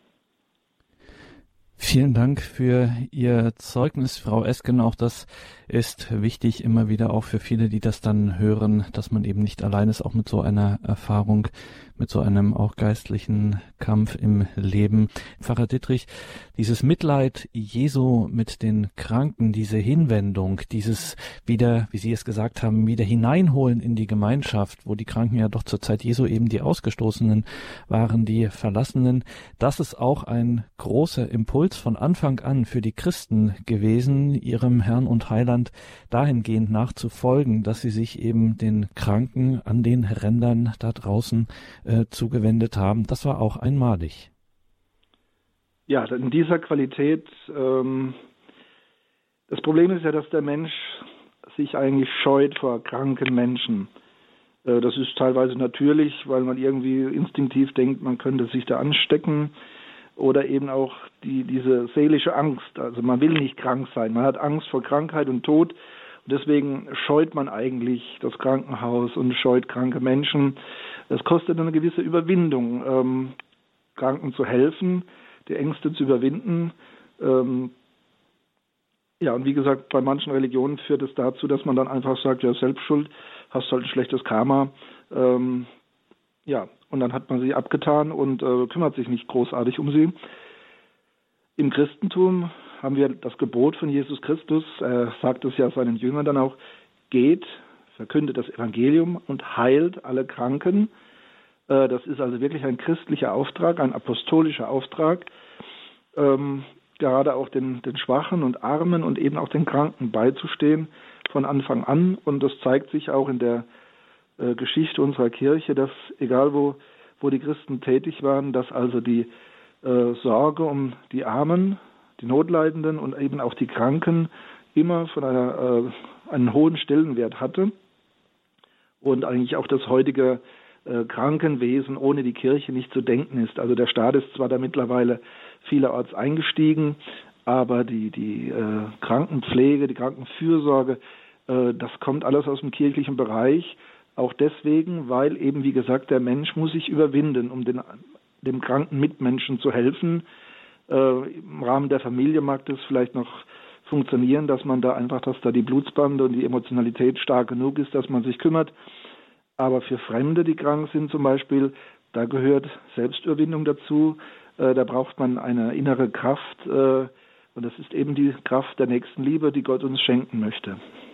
Vielen Dank für Ihr Zeugnis, Frau Esken. Auch das ist wichtig, immer wieder auch für viele, die das dann hören, dass man eben nicht allein ist, auch mit so einer Erfahrung, mit so einem auch geistlichen Kampf im Leben. Pfarrer Dittrich, dieses Mitleid Jesu mit den Kranken, diese Hinwendung, dieses wieder, wie Sie es gesagt haben, wieder hineinholen in die Gemeinschaft, wo die Kranken ja doch zur Zeit Jesu eben die Ausgestoßenen waren, die Verlassenen, das ist auch ein großer Impuls von Anfang an für die Christen gewesen, ihrem Herrn und Heiland dahingehend nachzufolgen, dass sie sich eben den Kranken an den Rändern da draußen zugewendet haben. Das war auch einmalig. Ja, in dieser Qualität, das Problem ist ja, dass der Mensch sich eigentlich scheut vor kranken Menschen. Das ist teilweise natürlich, weil man irgendwie instinktiv denkt, man könnte sich da anstecken. Oder eben auch diese seelische Angst. Also man will nicht krank sein. Man hat Angst vor Krankheit und Tod. Und deswegen scheut man eigentlich das Krankenhaus und scheut kranke Menschen. Es kostet eine gewisse Überwindung, Kranken zu helfen, die Ängste zu überwinden. Ja, und wie gesagt, bei manchen Religionen führt es dazu, dass man dann einfach sagt, ja, Selbstschuld, hast halt ein schlechtes Karma. Ja, und dann hat man sie abgetan und kümmert sich nicht großartig um sie. Im Christentum haben wir das Gebot von Jesus Christus, er sagt es ja seinen Jüngern dann auch, geht, verkündet das Evangelium und heilt alle Kranken. Das ist also wirklich ein christlicher Auftrag, ein apostolischer Auftrag, gerade auch den Schwachen und Armen und eben auch den Kranken beizustehen von Anfang an. Und das zeigt sich auch in der Geschichte unserer Kirche, dass egal wo die Christen tätig waren, dass also die Sorge um die Armen, die Notleidenden und eben auch die Kranken immer von einen hohen Stellenwert hatte und eigentlich auch das heutige Krankenwesen ohne die Kirche nicht zu denken ist. Also der Staat ist zwar da mittlerweile vielerorts eingestiegen, aber die Krankenpflege, die Krankenfürsorge, das kommt alles aus dem kirchlichen Bereich. Auch deswegen, weil eben, wie gesagt, der Mensch muss sich überwinden, um dem kranken Mitmenschen zu helfen. Im Rahmen der Familie mag das vielleicht noch funktionieren, dass da die Blutsbande und die Emotionalität stark genug ist, dass man sich kümmert. Aber für Fremde, die krank sind zum Beispiel, da gehört Selbstüberwindung dazu. Da braucht man eine innere Kraft. Und das ist eben die Kraft der Nächstenliebe, die Gott uns schenken möchte.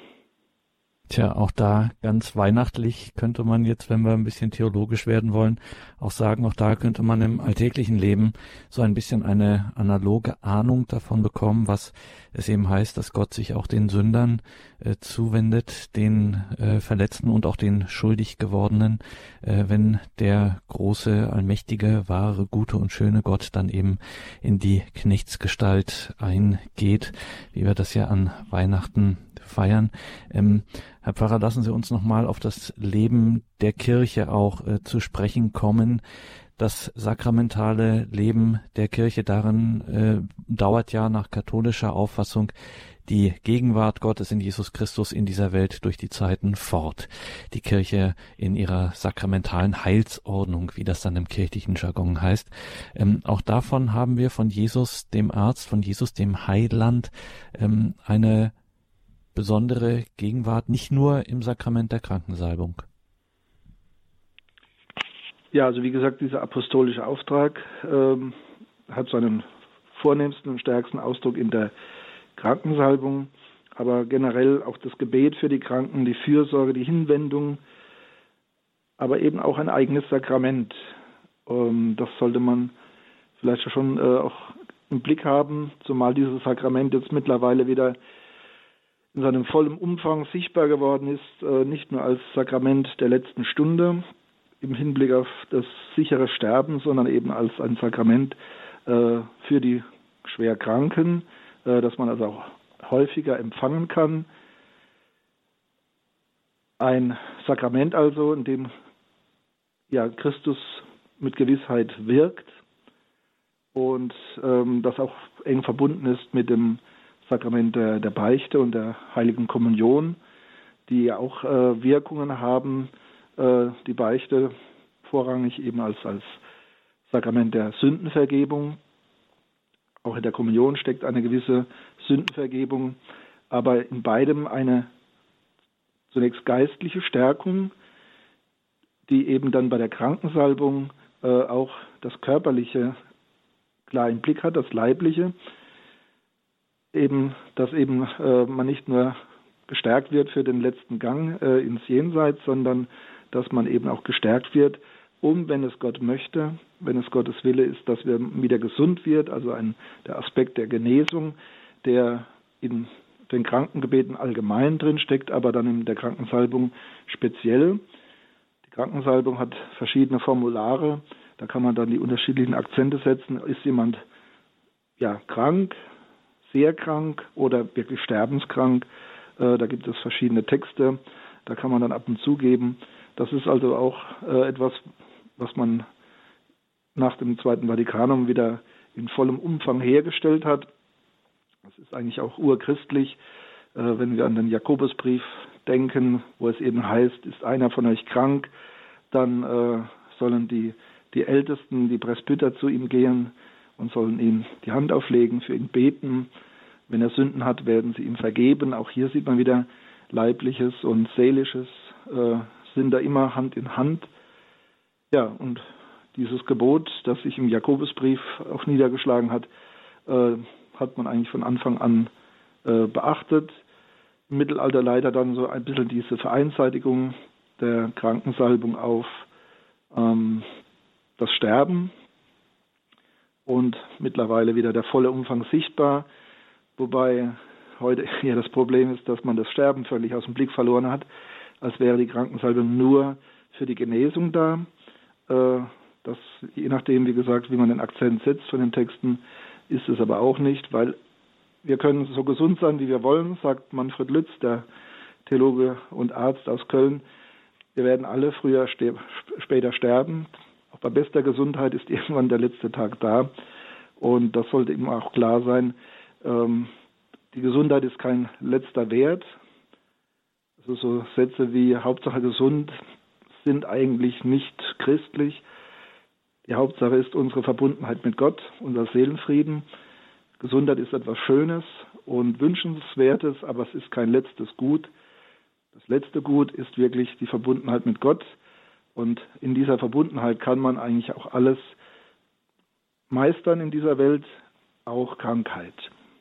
Tja, auch da ganz weihnachtlich könnte man jetzt, wenn wir ein bisschen theologisch werden wollen, auch sagen, auch da könnte man im alltäglichen Leben so ein bisschen eine analoge Ahnung davon bekommen, was es eben heißt, dass Gott sich auch den Sündern zuwendet, den Verletzten und auch den schuldig gewordenen, wenn der große, allmächtige, wahre, gute und schöne Gott dann eben in die Knechtsgestalt eingeht, wie wir das ja an Weihnachten feiern. Herr Pfarrer, lassen Sie uns nochmal auf das Leben der Kirche auch zu sprechen kommen. Das sakramentale Leben der Kirche, darin dauert ja nach katholischer Auffassung die Gegenwart Gottes in Jesus Christus in dieser Welt durch die Zeiten fort. Die Kirche in ihrer sakramentalen Heilsordnung, wie das dann im kirchlichen Jargon heißt. Auch davon haben wir von Jesus, dem Arzt, von Jesus, dem Heiland, eine besondere Gegenwart, nicht nur im Sakrament der Krankensalbung. Ja, also wie gesagt, dieser apostolische Auftrag hat seinen vornehmsten und stärksten Ausdruck in der Krankensalbung, aber generell auch das Gebet für die Kranken, die Fürsorge, die Hinwendung, aber eben auch ein eigenes Sakrament. Das sollte man vielleicht schon auch im Blick haben, zumal dieses Sakrament jetzt mittlerweile wieder in seinem vollen Umfang sichtbar geworden ist, nicht nur als Sakrament der letzten Stunde im Hinblick auf das sichere Sterben, sondern eben als ein Sakrament für die Schwerkranken, das man also auch häufiger empfangen kann. Ein Sakrament also, in dem ja Christus mit Gewissheit wirkt und das auch eng verbunden ist mit dem Sakrament der Beichte und der Heiligen Kommunion, die ja auch Wirkungen haben, die Beichte vorrangig eben als Sakrament der Sündenvergebung. Auch in der Kommunion steckt eine gewisse Sündenvergebung, aber in beidem eine zunächst geistliche Stärkung, die eben dann bei der Krankensalbung auch das Körperliche klar im Blick hat, das Leibliche, dass man nicht nur gestärkt wird für den letzten Gang ins Jenseits, sondern dass man eben auch gestärkt wird, wenn es Gott möchte, wenn es Gottes Wille ist, dass wir wieder gesund wird, also der Aspekt der Genesung, der in den Krankengebeten allgemein drin steckt, aber dann in der Krankensalbung speziell. Die Krankensalbung hat verschiedene Formulare, da kann man dann die unterschiedlichen Akzente setzen. Ist jemand krank, sehr krank oder wirklich sterbenskrank? Da gibt es verschiedene Texte, da kann man dann ab und zu geben. Das ist also auch etwas, was man nach dem Zweiten Vatikanum wieder in vollem Umfang hergestellt hat. Das ist eigentlich auch urchristlich, wenn wir an den Jakobusbrief denken, wo es eben heißt, ist einer von euch krank, dann sollen die Ältesten, die Presbyter zu ihm gehen und sollen ihm die Hand auflegen, für ihn beten. Wenn er Sünden hat, werden sie ihm vergeben. Auch hier sieht man wieder Leibliches und Seelisches sind da immer Hand in Hand. Ja, und dieses Gebot, das sich im Jakobusbrief auch niedergeschlagen hat, hat man eigentlich von Anfang an beachtet. Im Mittelalter leider dann so ein bisschen diese Vereinseitigung der Krankensalbung auf das Sterben und mittlerweile wieder der volle Umfang sichtbar, wobei heute eher das Problem ist, dass man das Sterben völlig aus dem Blick verloren hat, als wäre die Krankensalbung nur für die Genesung da. Das, je nachdem, wie gesagt, wie man den Akzent setzt von den Texten, ist es aber auch nicht, weil wir können so gesund sein, wie wir wollen, sagt Manfred Lütz, der Theologe und Arzt aus Köln. Wir werden alle früher, später sterben. Auch bei bester Gesundheit ist irgendwann der letzte Tag da. Und das sollte ihm auch klar sein. Die Gesundheit ist kein letzter Wert. Also so Sätze wie Hauptsache gesund sind eigentlich nicht christlich. Die Hauptsache ist unsere Verbundenheit mit Gott, unser Seelenfrieden. Gesundheit ist etwas Schönes und Wünschenswertes, aber es ist kein letztes Gut. Das letzte Gut ist wirklich die Verbundenheit mit Gott. Und in dieser Verbundenheit kann man eigentlich auch alles meistern in dieser Welt, auch Krankheit.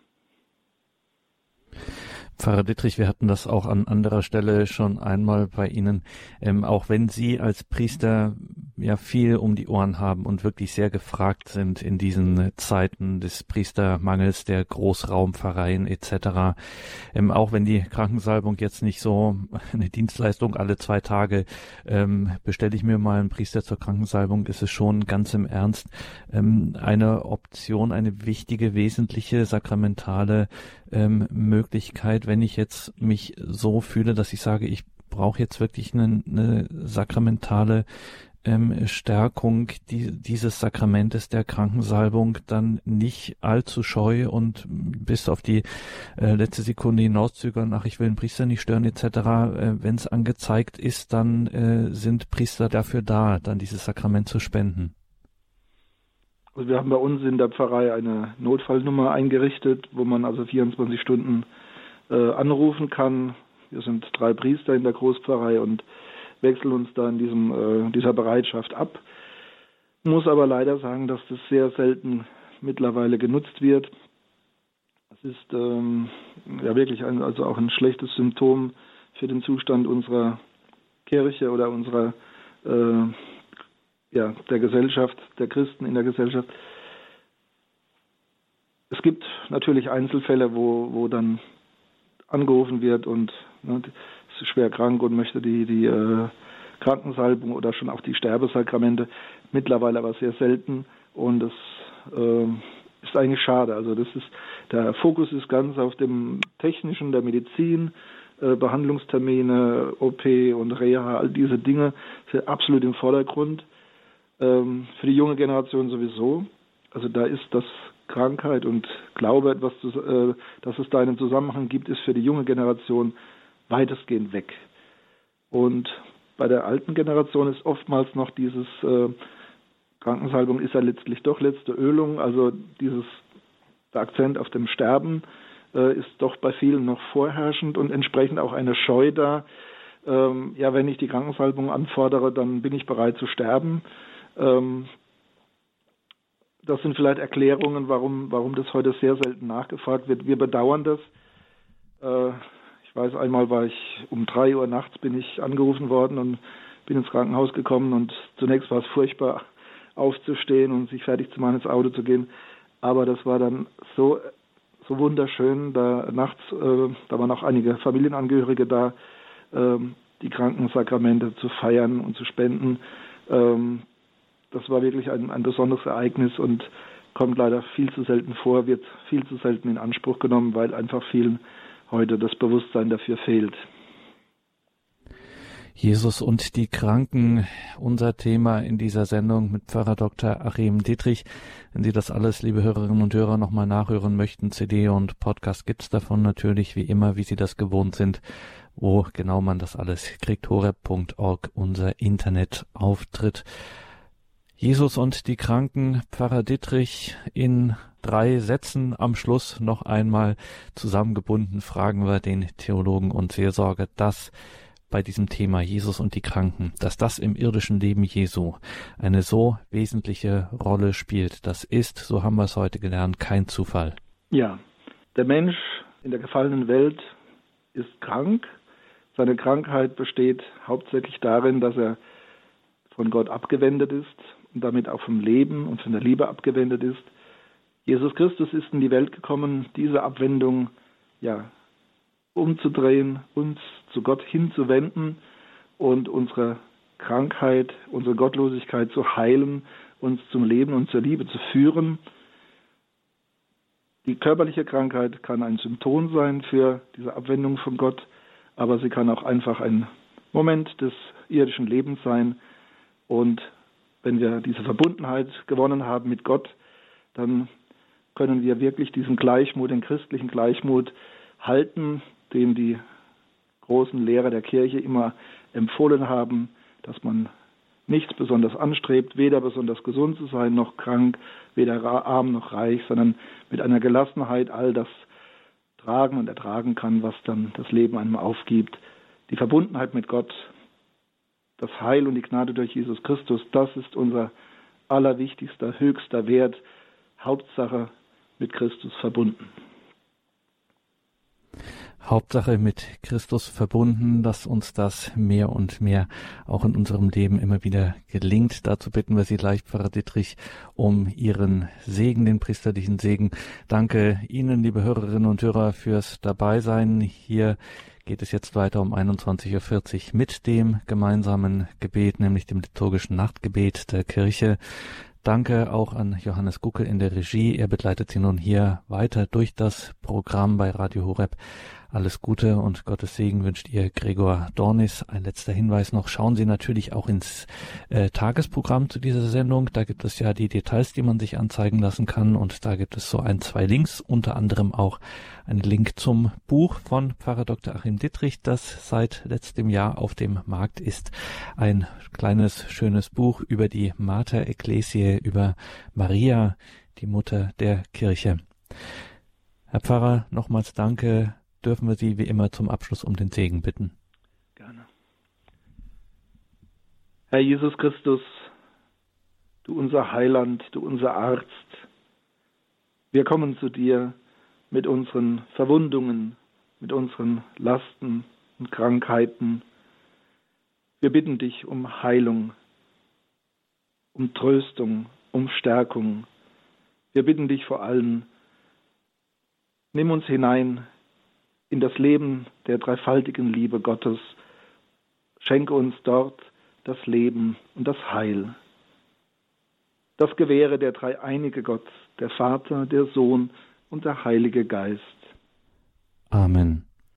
Pfarrer Dittrich, wir hatten das auch an anderer Stelle schon einmal bei Ihnen, auch wenn Sie als Priester ja viel um die Ohren haben und wirklich sehr gefragt sind in diesen Zeiten des Priestermangels, der Großraumpfarreien etc., auch wenn die Krankensalbung jetzt nicht so eine Dienstleistung alle 2 Tage, bestelle ich mir mal einen Priester zur Krankensalbung, ist es schon ganz im Ernst eine Option, eine wichtige, wesentliche, sakramentale Möglichkeit, wenn ich jetzt mich so fühle, dass ich sage, ich brauche jetzt wirklich eine sakramentale Stärkung dieses Sakramentes der Krankensalbung, dann nicht allzu scheu und bis auf die letzte Sekunde hinauszögern, ach, ich will den Priester nicht stören etc. Wenn es angezeigt ist, dann sind Priester dafür da, dann dieses Sakrament zu spenden. Also wir haben bei uns in der Pfarrei eine Notfallnummer eingerichtet, wo man also 24 Stunden anrufen kann. Wir sind 3 Priester in der Großpfarrei und wechseln uns da in dieser Bereitschaft ab. Muss aber leider sagen, dass das sehr selten mittlerweile genutzt wird. Es ist wirklich also auch ein schlechtes Symptom für den Zustand unserer Kirche oder unserer der Gesellschaft, der Christen in der Gesellschaft. Es gibt natürlich Einzelfälle, wo dann angerufen wird und ist schwer krank und möchte die Krankensalbung oder schon auch die Sterbesakramente, mittlerweile aber sehr selten, und das ist eigentlich schade. Also der Fokus ist ganz auf dem Technischen, der Medizin, Behandlungstermine, OP und Reha, all diese Dinge sind absolut im Vordergrund. Für die junge Generation sowieso, Also da ist das Krankheit und Glaube, dass es da einen Zusammenhang gibt, ist für die junge Generation weitestgehend weg. Und bei der alten Generation ist oftmals noch dieses Krankensalbung ist ja letztlich doch letzte Ölung, also der Akzent auf dem Sterben ist doch bei vielen noch vorherrschend und entsprechend auch eine Scheu da. Wenn ich die Krankensalbung anfordere, dann bin ich bereit zu sterben. Das sind vielleicht Erklärungen, warum das heute sehr selten nachgefragt wird. Wir bedauern das. Ich weiß, einmal war ich um 3 Uhr nachts bin ich angerufen worden und bin ins Krankenhaus gekommen und zunächst war es furchtbar aufzustehen und sich fertig zu machen, ins Auto zu gehen. Aber das war dann so wunderschön, da nachts, da waren auch einige Familienangehörige da, die Krankensakramente zu feiern und zu spenden. Das war wirklich ein besonderes Ereignis und kommt leider viel zu selten vor, wird viel zu selten in Anspruch genommen, weil einfach vielen heute das Bewusstsein dafür fehlt. Jesus und die Kranken, unser Thema in dieser Sendung mit Pfarrer Dr. Achim Dittrich. Wenn Sie das alles, liebe Hörerinnen und Hörer, nochmal nachhören möchten, CD und Podcast gibt's davon natürlich, wie immer, wie Sie das gewohnt sind. Wo genau man das alles kriegt, horeb.org, unser Internetauftritt. Jesus und die Kranken, Pfarrer Dittrich, in 3 Sätzen am Schluss noch einmal zusammengebunden fragen wir den Theologen und Seelsorger, dass bei diesem Thema Jesus und die Kranken, dass das im irdischen Leben Jesu eine so wesentliche Rolle spielt. Das ist, so haben wir es heute gelernt, kein Zufall. Ja, der Mensch in der gefallenen Welt ist krank. Seine Krankheit besteht hauptsächlich darin, dass er von Gott abgewendet ist und damit auch vom Leben und von der Liebe abgewendet ist. Jesus Christus ist in die Welt gekommen, diese Abwendung umzudrehen, uns zu Gott hinzuwenden und unsere Krankheit, unsere Gottlosigkeit zu heilen, uns zum Leben und zur Liebe zu führen. Die körperliche Krankheit kann ein Symptom sein für diese Abwendung von Gott, aber sie kann auch einfach ein Moment des irdischen Lebens sein. Und wenn wir diese Verbundenheit gewonnen haben mit Gott, dann können wir wirklich diesen Gleichmut, den christlichen Gleichmut halten, den die großen Lehrer der Kirche immer empfohlen haben, dass man nichts besonders anstrebt, weder besonders gesund zu sein noch krank, weder arm noch reich, sondern mit einer Gelassenheit all das tragen und ertragen kann, was dann das Leben einem aufgibt. Die Verbundenheit mit Gott, das Heil und die Gnade durch Jesus Christus, das ist unser allerwichtigster, höchster Wert, Hauptsache mit Christus verbunden. Hauptsache mit Christus verbunden, dass uns das mehr und mehr auch in unserem Leben immer wieder gelingt. Dazu bitten wir Sie gleich, Pfarrer Dittrich, um Ihren Segen, den priesterlichen Segen. Danke Ihnen, liebe Hörerinnen und Hörer, fürs Dabeisein. Hier geht es jetzt weiter um 21.40 Uhr mit dem gemeinsamen Gebet, nämlich dem liturgischen Nachtgebet der Kirche. Danke auch an Johannes Guckel in der Regie. Er begleitet Sie nun hier weiter durch das Programm bei Radio Horeb. Alles Gute und Gottes Segen wünscht Ihr Gregor Dornis. Ein letzter Hinweis noch. Schauen Sie natürlich auch ins Tagesprogramm zu dieser Sendung. Da gibt es ja die Details, die man sich anzeigen lassen kann. Und da gibt es so 2 Links, unter anderem auch einen Link zum Buch von Pfarrer Dr. Achim Dittrich, das seit letztem Jahr auf dem Markt ist. Ein kleines, schönes Buch über die Mater Ecclesiae, über Maria, die Mutter der Kirche. Herr Pfarrer, nochmals danke. Dürfen wir Sie wie immer zum Abschluss um den Segen bitten. Gerne. Herr Jesus Christus, du unser Heiland, du unser Arzt, wir kommen zu dir mit unseren Verwundungen, mit unseren Lasten und Krankheiten. Wir bitten dich um Heilung, um Tröstung, um Stärkung. Wir bitten dich vor allem, nimm uns hinein in das Leben der dreifaltigen Liebe Gottes. Schenke uns dort das Leben und das Heil. Das gewähre der dreieinige Gott, der Vater, der Sohn und der Heilige Geist. Amen.